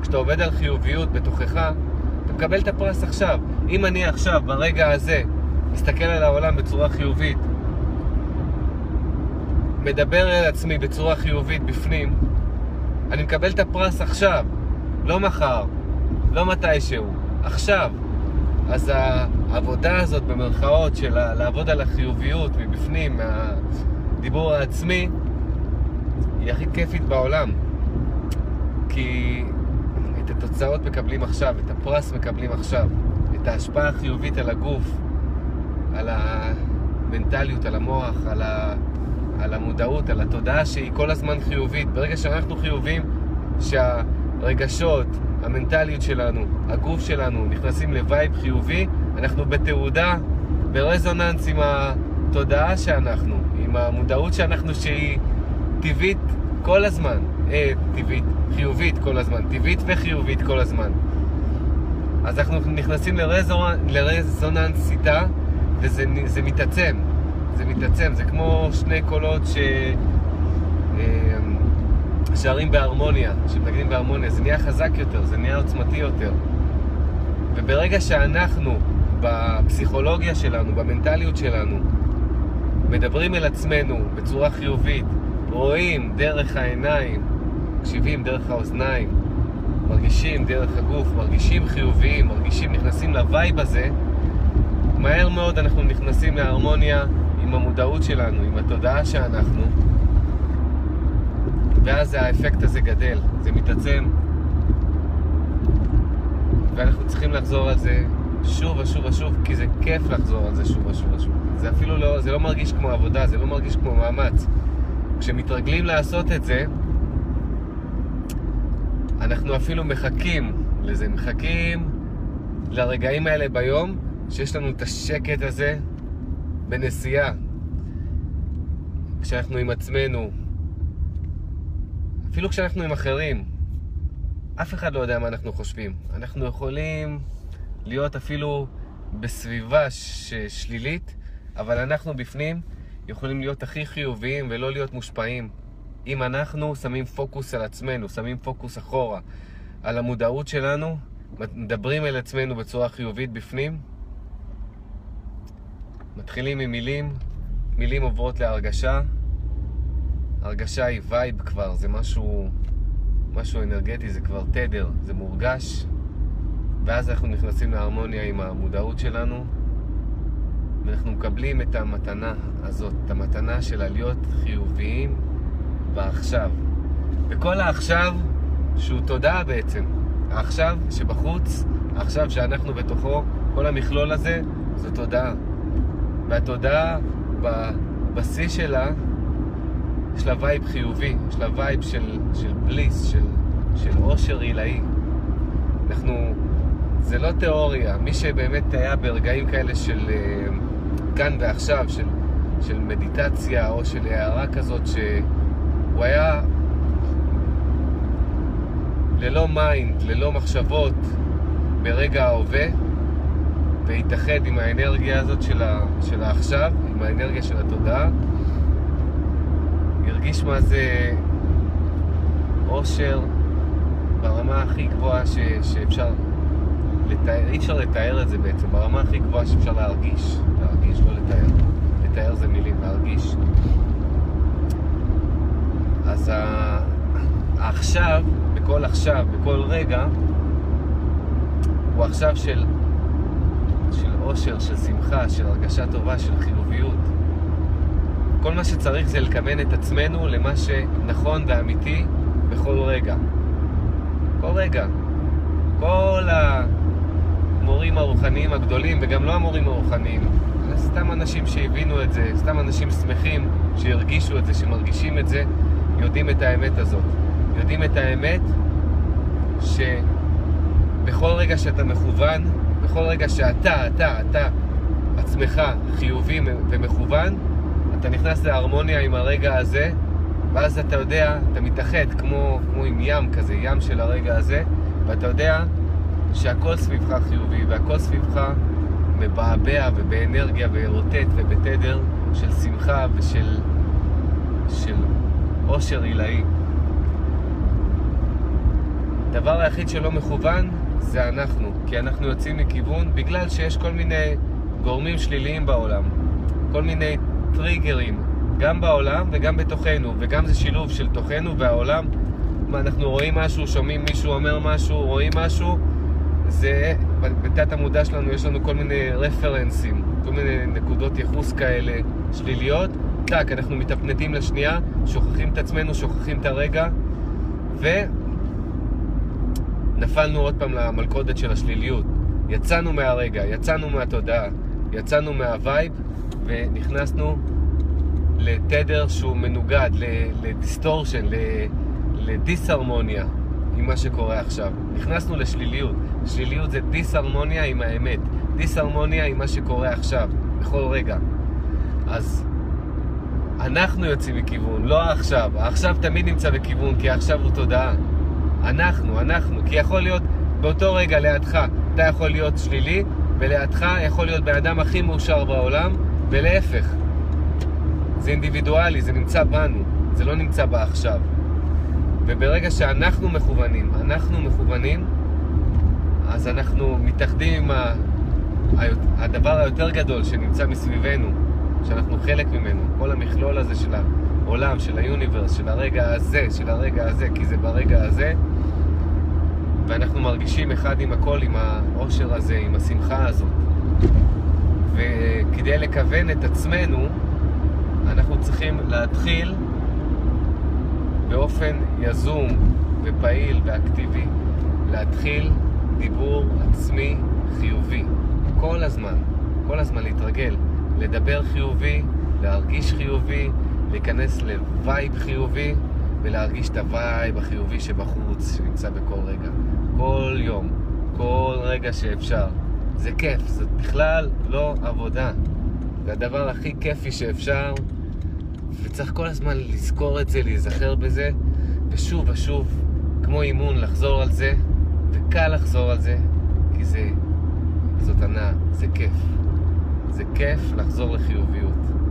כשאתה עובד על חיוביות בתוכך, אתה מקבל את הפרס עכשיו. אם אני עכשיו, ברגע הזה, מסתכל על העולם בצורה חיובית, מדבר על עצמי בצורה חיובית בפנים, אני מקבל את הפרס עכשיו, לא מחר, לא מתישהו, עכשיו. אז העבודה הזאת במרכאות של לעבוד על החיוביות מבפנים, מהדיבור העצמי, היא הכי כיפית בעולם. כי את התוצאות מקבלים עכשיו, את הפרס מקבלים עכשיו, את ההשפעה החיובית על הגוף, על המנטליות, על המוח, על המודעות, על התודעה שהיא כל הזמן חיובית. ברגע שאנחנו חיובים, שהרגשות, המנטליות שלנו, הגוף שלנו נכנסים לווייב חיובי, אנחנו בתעודה, ברזוננס עם התודעה שאנחנו, עם המודעות שאנחנו, שהיא טבעית כל הזמן, חיובית כל הזמן, טבעית וחיובית כל הזמן. אז אנחנו נכנסים לרזוננס איתה, וזה מתעצם. זה מתעצם, זה כמו שני קולות ששרים בהרמוניה, שמנגנים בהרמוניה. זה נהיה חזק יותר, זה נהיה עוצמתי יותר. וברגע שאנחנו, בפסיכולוגיה שלנו, במנטליות שלנו, מדברים אל עצמנו בצורה חיובית, רואים דרך העיניים, מקשיבים דרך האוזניים, מרגישים דרך הגוף, מרגישים חיוביים, מרגישים, נכנסים לווייב הזה, מהר מאוד אנחנו נכנסים להרמוניה עם המודעות שלנו, עם התודעה שאנחנו, ואז האפקט הזה גדל, זה מתעצם, ואנחנו צריכים לחזור על זה שוב ושוב ושוב, כי זה כיף לחזור על זה שוב ושוב ושוב. זה אפילו לא, זה לא מרגיש כמו עבודה, זה לא מרגיש כמו מאמץ. כשמתרגלים לעשות את זה, אנחנו אפילו מחכים לזה, מחכים לרגעים האלה ביום, שיש לנו את השקט הזה בנסיעה. כשאנחנו עם עצמנו, אפילו כשאנחנו עם אחרים, אף אחד לא יודע מה אנחנו חושבים. אנחנו יכולים להיות אפילו בסביבה שלילית, אבל אנחנו בפנים יכולים להיות הכי חיוביים ולא להיות מושפעים. אם אנחנו שמים פוקוס על עצמנו, שמים פוקוס אחורה, על המודעות שלנו, מדברים אל עצמנו בצורה חיובית בפנים, מתחילים עם מילים, מילים עוברות להרגשה, הרגשה היא וייב כבר, זה משהו אנרגטי, זה כבר תדר, זה מורגש, ואז אנחנו נכנסים להרמוניה עם המודעות שלנו, ואנחנו מקבלים את המתנה הזאת, את המתנה של להיות חיוביים בעכשיו. וכל העכשיו שהוא תודעה בעצם, העכשיו שבחוץ, העכשיו שאנחנו בתוכו, כל המכלול הזה זו תודעה. והתודעה בבסיס שלה יש לה וייב חיובי, יש לה וייב של בליס, של עושר עילאי. זה לא תיאוריה, מי שבאמת היה ברגעים כאלה של כאן ועכשיו, של מדיטציה או של הערה כזאת, שהוא היה ללא מיינד, ללא מחשבות ברגע ההווה, והתאחד עם האנרגיה הזאת של העכשיו, עם האנרגיה של התודעה, הרגיש מה זה אושר ברמה הכי גבוהה שאפשר לתאר. אי אפשר לתאר את זה בעצם, ברמה הכי גבוהה שאפשר להרגיש, לא לתאר. לתאר זה מילים, להרגיש. אז עכשיו, בכל רגע, הוא עכשיו של אושר, של שמחה, של הרגשה טובה, של חיוביות. כל מה שצריך זה לכוון את עצמנו למה שנכון ואמיתי בכל רגע. כל רגע. כל המורים הרוחניים הגדולים, וגם לא המורים הרוחניים, סתם אנשים שהבינו את זה, סתם אנשים שמחים שהרגישו את זה, שמרגישים את זה, יודעים את האמת הזאת. יודעים את האמת שבכל רגע שאתה מכוון, בכל רגע שאתה עצמך חיובי ומכוון, אתה נכנס להרמוניה עם הרגע הזה, ואז אתה יודע, אתה מתאחד כמו עם ים כזה, ים של הרגע הזה, ואתה יודע שהכל סביבך חיובי, והכל סביבך מבעבע ובאנרגיה ורוטט ובתדר של שמחה ושל אושר עילאי. הדבר היחיד שלא מכוון זה אנחנו, כי אנחנו יוצאים מכיוון בגלל שיש כל מיני גורמים שליליים בעולם, כל מיני טריגרים, גם בעולם וגם בתוכנו, וגם זה שילוב של תוכנו והעולם. מה, אנחנו רואים משהו, שומעים מישהו אומר משהו, רואים משהו, זה בתת המודע שלנו יש לנו כל מיני רפרנסים, כל מיני נקודות יחוס כאלה שליליות. טק, אנחנו מתפנדים לשנייה, שוכחים את עצמנו, שוכחים את הרגע, ונפלנו עוד פעם למלכודת של השליליות. יצאנו מהרגע, יצאנו מהתודעה, יצאנו מהווייב, ונכנסנו לתדר שהוא מנוגד, לדיסטורשן, לדיסהרמוניה עם מה שקורה עכשיו. נכנסנו לשליליות. שליליות זה דיסהרמוניה עם האמת, דיסהרמוניה עם מה שקורה עכשיו, בכל רגע. אז אנחנו יוצאים מכיוון, לא עכשיו. עכשיו תמיד נמצא בכיוון, כי עכשיו הוא תודעה. אנחנו, כי יכול להיות באותו רגע לידך, אתה יכול להיות שלילי, ולידך יכול להיות בן אדם הכי מאושר בעולם, ולהפך. זה אינדיבידואלי, זה נמצא בנו, זה לא נמצא בעכשיו. וברגע שאנחנו מכוונים, אז אנחנו מתאחדים עם הדבר היותר גדול שנמצא מסביבנו, שאנחנו חלק ממנו, כל המכלול הזה של העולם, של היוניברס, של הרגע הזה, כי זה ברגע הזה, ואנחנו מרגישים אחד עם הכל, עם האושר הזה, עם השמחה הזאת. וכדי לכוון את עצמנו, אנחנו צריכים להתחיל באופן יזום ופעיל ואקטיבי, להתחיל דיבור עצמי חיובי. כל הזמן להתרגל, לדבר חיובי, להרגיש חיובי, להיכנס לווייב חיובי, ולהרגיש את הווייב החיובי שבחוץ, שנמצא בכל רגע. כל יום, כל רגע שאפשר. זה כיף, זה בכלל לא עבודה. זה הדבר הכי כיפי שאפשר, וצריך כל הזמן לזכור את זה, להיזכר בזה, ושוב ושוב, כמו אימון, לחזור על זה, וקל לחזור על זה, כי זאת הנאה, זה כיף. זה כיף לחזור לחיוביות.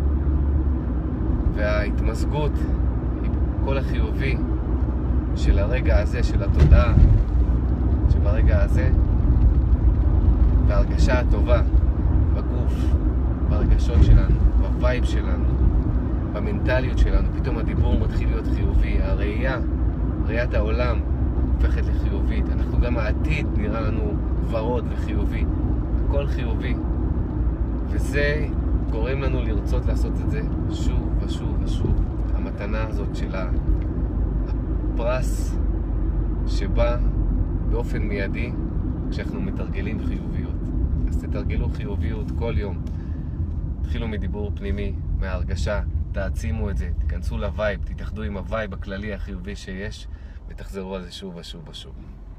וההתמזגות עם כל החיובי של הרגע הזה, של התודעה, שברגע הזה, וההרגשה הטובה בגוף, ברגשות שלנו, בווייב שלנו, במנטליות שלנו, פתאום הדיבור מתחיל להיות חיובי, ראיית העולם הופכת לחיובית, אנחנו גם העתיד נראה לנו ורוד וחיובי, הכל חיובי, וזה גורם לנו לרצות לעשות את זה שוב ושוב ושוב. המתנה הזאת של הפרס שבא באופן מיידי כשאנחנו מתרגלים חיוביות. אז תתרגלו חיוביות כל יום. תתחילו מדיבור פנימי, מההרגשה, תעצימו את זה, תיכנסו לווייב, תתאחדו עם הווייב הכללי החיובי שיש, ותחזרו על זה שוב ושוב ושוב.